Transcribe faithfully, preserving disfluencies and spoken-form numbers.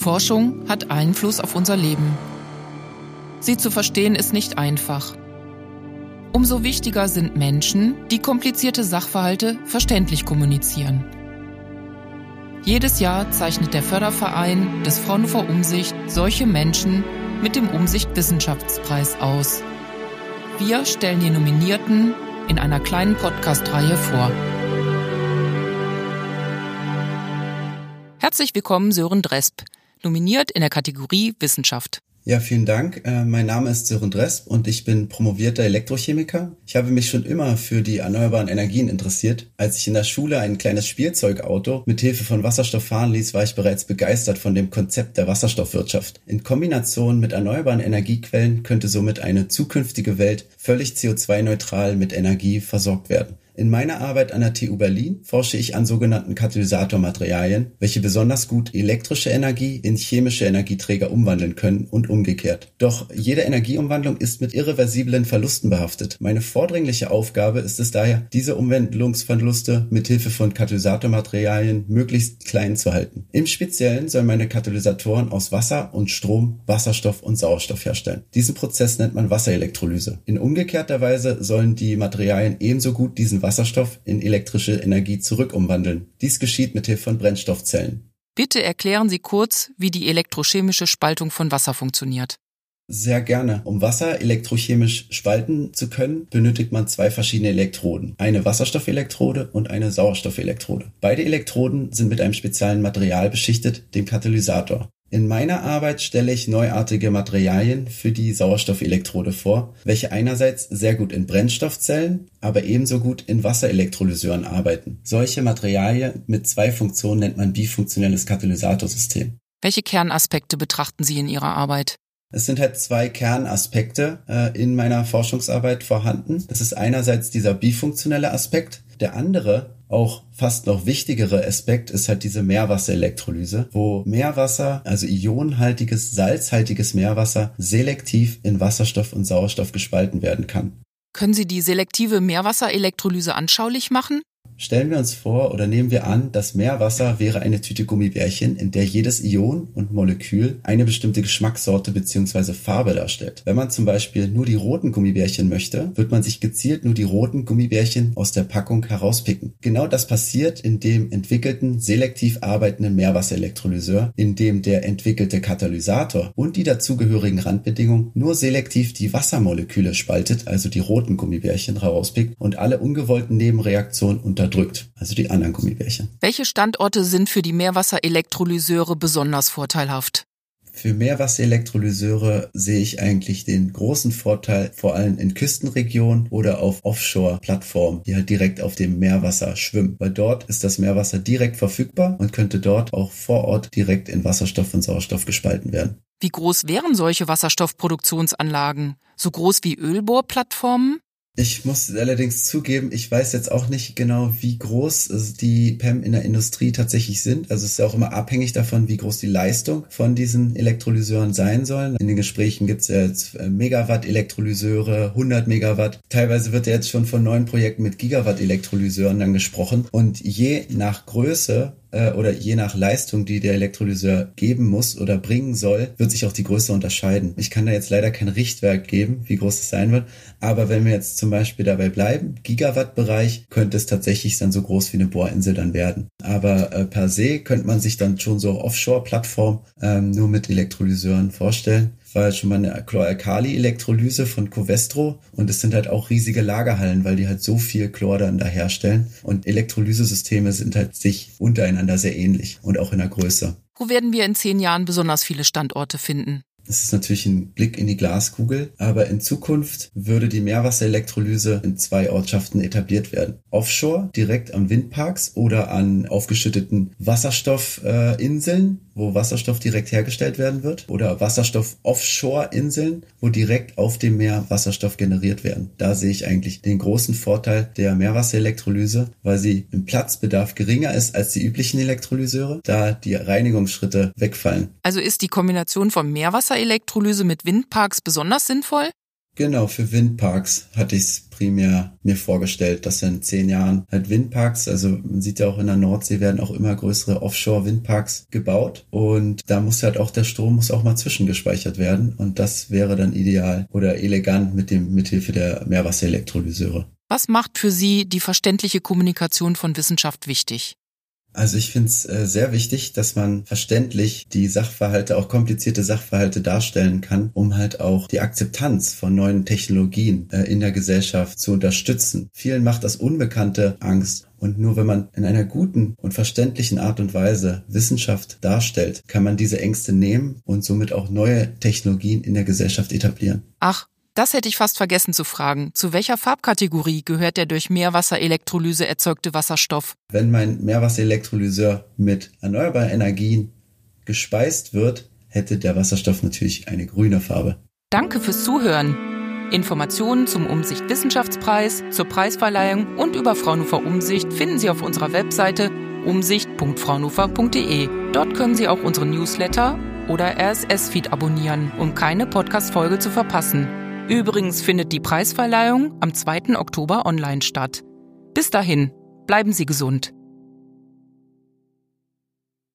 Forschung hat Einfluss auf unser Leben. Sie zu verstehen ist nicht einfach. Umso wichtiger sind Menschen, die komplizierte Sachverhalte verständlich kommunizieren. Jedes Jahr zeichnet der Förderverein des Fraunhofer Umsicht solche Menschen mit dem Umsicht-Wissenschaftspreis aus. Wir stellen die Nominierten in einer kleinen Podcast-Reihe vor. Herzlich willkommen Sören Dresp, nominiert in der Kategorie Wissenschaft. Ja, vielen Dank. Äh, mein Name ist Sören Dresp und ich bin promovierter Elektrochemiker. Ich habe mich schon immer für die erneuerbaren Energien interessiert. Als ich in der Schule ein kleines Spielzeugauto mit Hilfe von Wasserstoff fahren ließ, war ich bereits begeistert von dem Konzept der Wasserstoffwirtschaft. In Kombination mit erneuerbaren Energiequellen könnte somit eine zukünftige Welt völlig C O zwei neutral mit Energie versorgt werden. In meiner Arbeit an der T U Berlin forsche ich an sogenannten Katalysatormaterialien, welche besonders gut elektrische Energie in chemische Energieträger umwandeln können und umgekehrt. Doch jede Energieumwandlung ist mit irreversiblen Verlusten behaftet. Meine vordringliche Aufgabe ist es daher, diese Umwandlungsverluste mit Hilfe von Katalysatormaterialien möglichst klein zu halten. Im Speziellen sollen meine Katalysatoren aus Wasser und Strom, Wasserstoff und Sauerstoff herstellen. Diesen Prozess nennt man Wasserelektrolyse. In umgekehrter Weise sollen die Materialien ebenso gut diesen Wasserstoff in elektrische Energie zurückumwandeln. Dies geschieht mit Hilfe von Brennstoffzellen. Bitte erklären Sie kurz, wie die elektrochemische Spaltung von Wasser funktioniert. Sehr gerne. Um Wasser elektrochemisch spalten zu können, benötigt man zwei verschiedene Elektroden. Eine Wasserstoffelektrode und eine Sauerstoffelektrode. Beide Elektroden sind mit einem speziellen Material beschichtet, dem Katalysator. In meiner Arbeit stelle ich neuartige Materialien für die Sauerstoffelektrode vor, welche einerseits sehr gut in Brennstoffzellen, aber ebenso gut in Wasserelektrolyseuren arbeiten. Solche Materialien mit zwei Funktionen nennt man bifunktionelles Katalysatorsystem. Welche Kernaspekte betrachten Sie in Ihrer Arbeit? Es sind halt zwei Kernaspekte äh, in meiner Forschungsarbeit vorhanden. Das ist einerseits dieser bifunktionelle Aspekt. Der andere, auch fast noch wichtigere Aspekt ist halt diese Meerwasserelektrolyse, wo Meerwasser, also ionenhaltiges, salzhaltiges Meerwasser, selektiv in Wasserstoff und Sauerstoff gespalten werden kann. Können Sie die selektive Meerwasserelektrolyse anschaulich machen? Stellen wir uns vor oder nehmen wir an, das Meerwasser wäre eine Tüte Gummibärchen, in der jedes Ion und Molekül eine bestimmte Geschmackssorte bzw. Farbe darstellt. Wenn man zum Beispiel nur die roten Gummibärchen möchte, wird man sich gezielt nur die roten Gummibärchen aus der Packung herauspicken. Genau das passiert in dem entwickelten, selektiv arbeitenden Meerwasserelektrolyseur, in dem der entwickelte Katalysator und die dazugehörigen Randbedingungen nur selektiv die Wassermoleküle spaltet, also die roten Gummibärchen herauspickt und alle ungewollten Nebenreaktionen unter drückt, also die anderen Gummibärchen. Welche Standorte sind für die Meerwasserelektrolyseure besonders vorteilhaft? Für Meerwasserelektrolyseure sehe ich eigentlich den großen Vorteil, vor allem in Küstenregionen oder auf Offshore-Plattformen, die halt direkt auf dem Meerwasser schwimmen. Weil dort ist das Meerwasser direkt verfügbar und könnte dort auch vor Ort direkt in Wasserstoff und Sauerstoff gespalten werden. Wie groß wären solche Wasserstoffproduktionsanlagen? So groß wie Ölbohrplattformen? Ich muss allerdings zugeben, ich weiß jetzt auch nicht genau, wie groß die P E M in der Industrie tatsächlich sind. Also es ist ja auch immer abhängig davon, wie groß die Leistung von diesen Elektrolyseuren sein sollen. In den Gesprächen gibt es ja jetzt Megawatt-Elektrolyseure, hundert Megawatt. Teilweise wird ja jetzt schon von neuen Projekten mit Gigawatt-Elektrolyseuren dann gesprochen. Und je nach Größe oder je nach Leistung, die der Elektrolyseur geben muss oder bringen soll, wird sich auch die Größe unterscheiden. Ich kann da jetzt leider kein Richtwert geben, wie groß es sein wird, aber wenn wir jetzt zum Beispiel dabei bleiben, Gigawatt-Bereich, könnte es tatsächlich dann so groß wie eine Bohrinsel dann werden. Aber äh, per se könnte man sich dann schon so Offshore-Plattform ähm, nur mit Elektrolyseuren vorstellen. War ja schon mal eine Chloralkali-Elektrolyse von Covestro und es sind halt auch riesige Lagerhallen, weil die halt so viel Chlor dann da herstellen und Elektrolysesysteme sind halt sich untereinander sehr ähnlich und auch in der Größe. Wo werden wir in zehn Jahren besonders viele Standorte finden? Es ist natürlich ein Blick in die Glaskugel, aber in Zukunft würde die Meerwasserelektrolyse in zwei Ortschaften etabliert werden. Offshore, direkt an Windparks oder an aufgeschütteten Wasserstoffinseln, wo Wasserstoff direkt hergestellt werden wird, oder Wasserstoff-Offshore-Inseln, wo direkt auf dem Meer Wasserstoff generiert werden. Da sehe ich eigentlich den großen Vorteil der Meerwasserelektrolyse, weil sie im Platzbedarf geringer ist als die üblichen Elektrolyseure, da die Reinigungsschritte wegfallen. Also ist die Kombination von Meerwasserelektrolyse mit Windparks besonders sinnvoll? Genau, für Windparks hatte ich es primär mir vorgestellt, dass in zehn Jahren halt Windparks, also man sieht ja auch in der Nordsee werden auch immer größere Offshore-Windparks gebaut und da muss halt auch der Strom muss auch mal zwischengespeichert werden und das wäre dann ideal oder elegant mit dem mithilfe der Meerwasserelektrolyseure. Was macht für Sie die verständliche Kommunikation von Wissenschaft wichtig? Also ich finde es äh, sehr wichtig, dass man verständlich die Sachverhalte, auch komplizierte Sachverhalte darstellen kann, um halt auch die Akzeptanz von neuen Technologien äh, in der Gesellschaft zu unterstützen. Vielen macht das Unbekannte Angst. Und nur wenn man in einer guten und verständlichen Art und Weise Wissenschaft darstellt, kann man diese Ängste nehmen und somit auch neue Technologien in der Gesellschaft etablieren. Ach, das hätte ich fast vergessen zu fragen. Zu welcher Farbkategorie gehört der durch Meerwasserelektrolyse erzeugte Wasserstoff? Wenn mein Meerwasserelektrolyseur mit erneuerbaren Energien gespeist wird, hätte der Wasserstoff natürlich eine grüne Farbe. Danke fürs Zuhören. Informationen zum Umsicht Wissenschaftspreis, zur Preisverleihung und über Fraunhofer Umsicht finden Sie auf unserer Webseite umsicht punkt fraunhofer punkt de. Dort können Sie auch unseren Newsletter oder R S S-Feed abonnieren, um keine Podcast-Folge zu verpassen. Übrigens findet die Preisverleihung am zweiten Oktober online statt. Bis dahin, bleiben Sie gesund.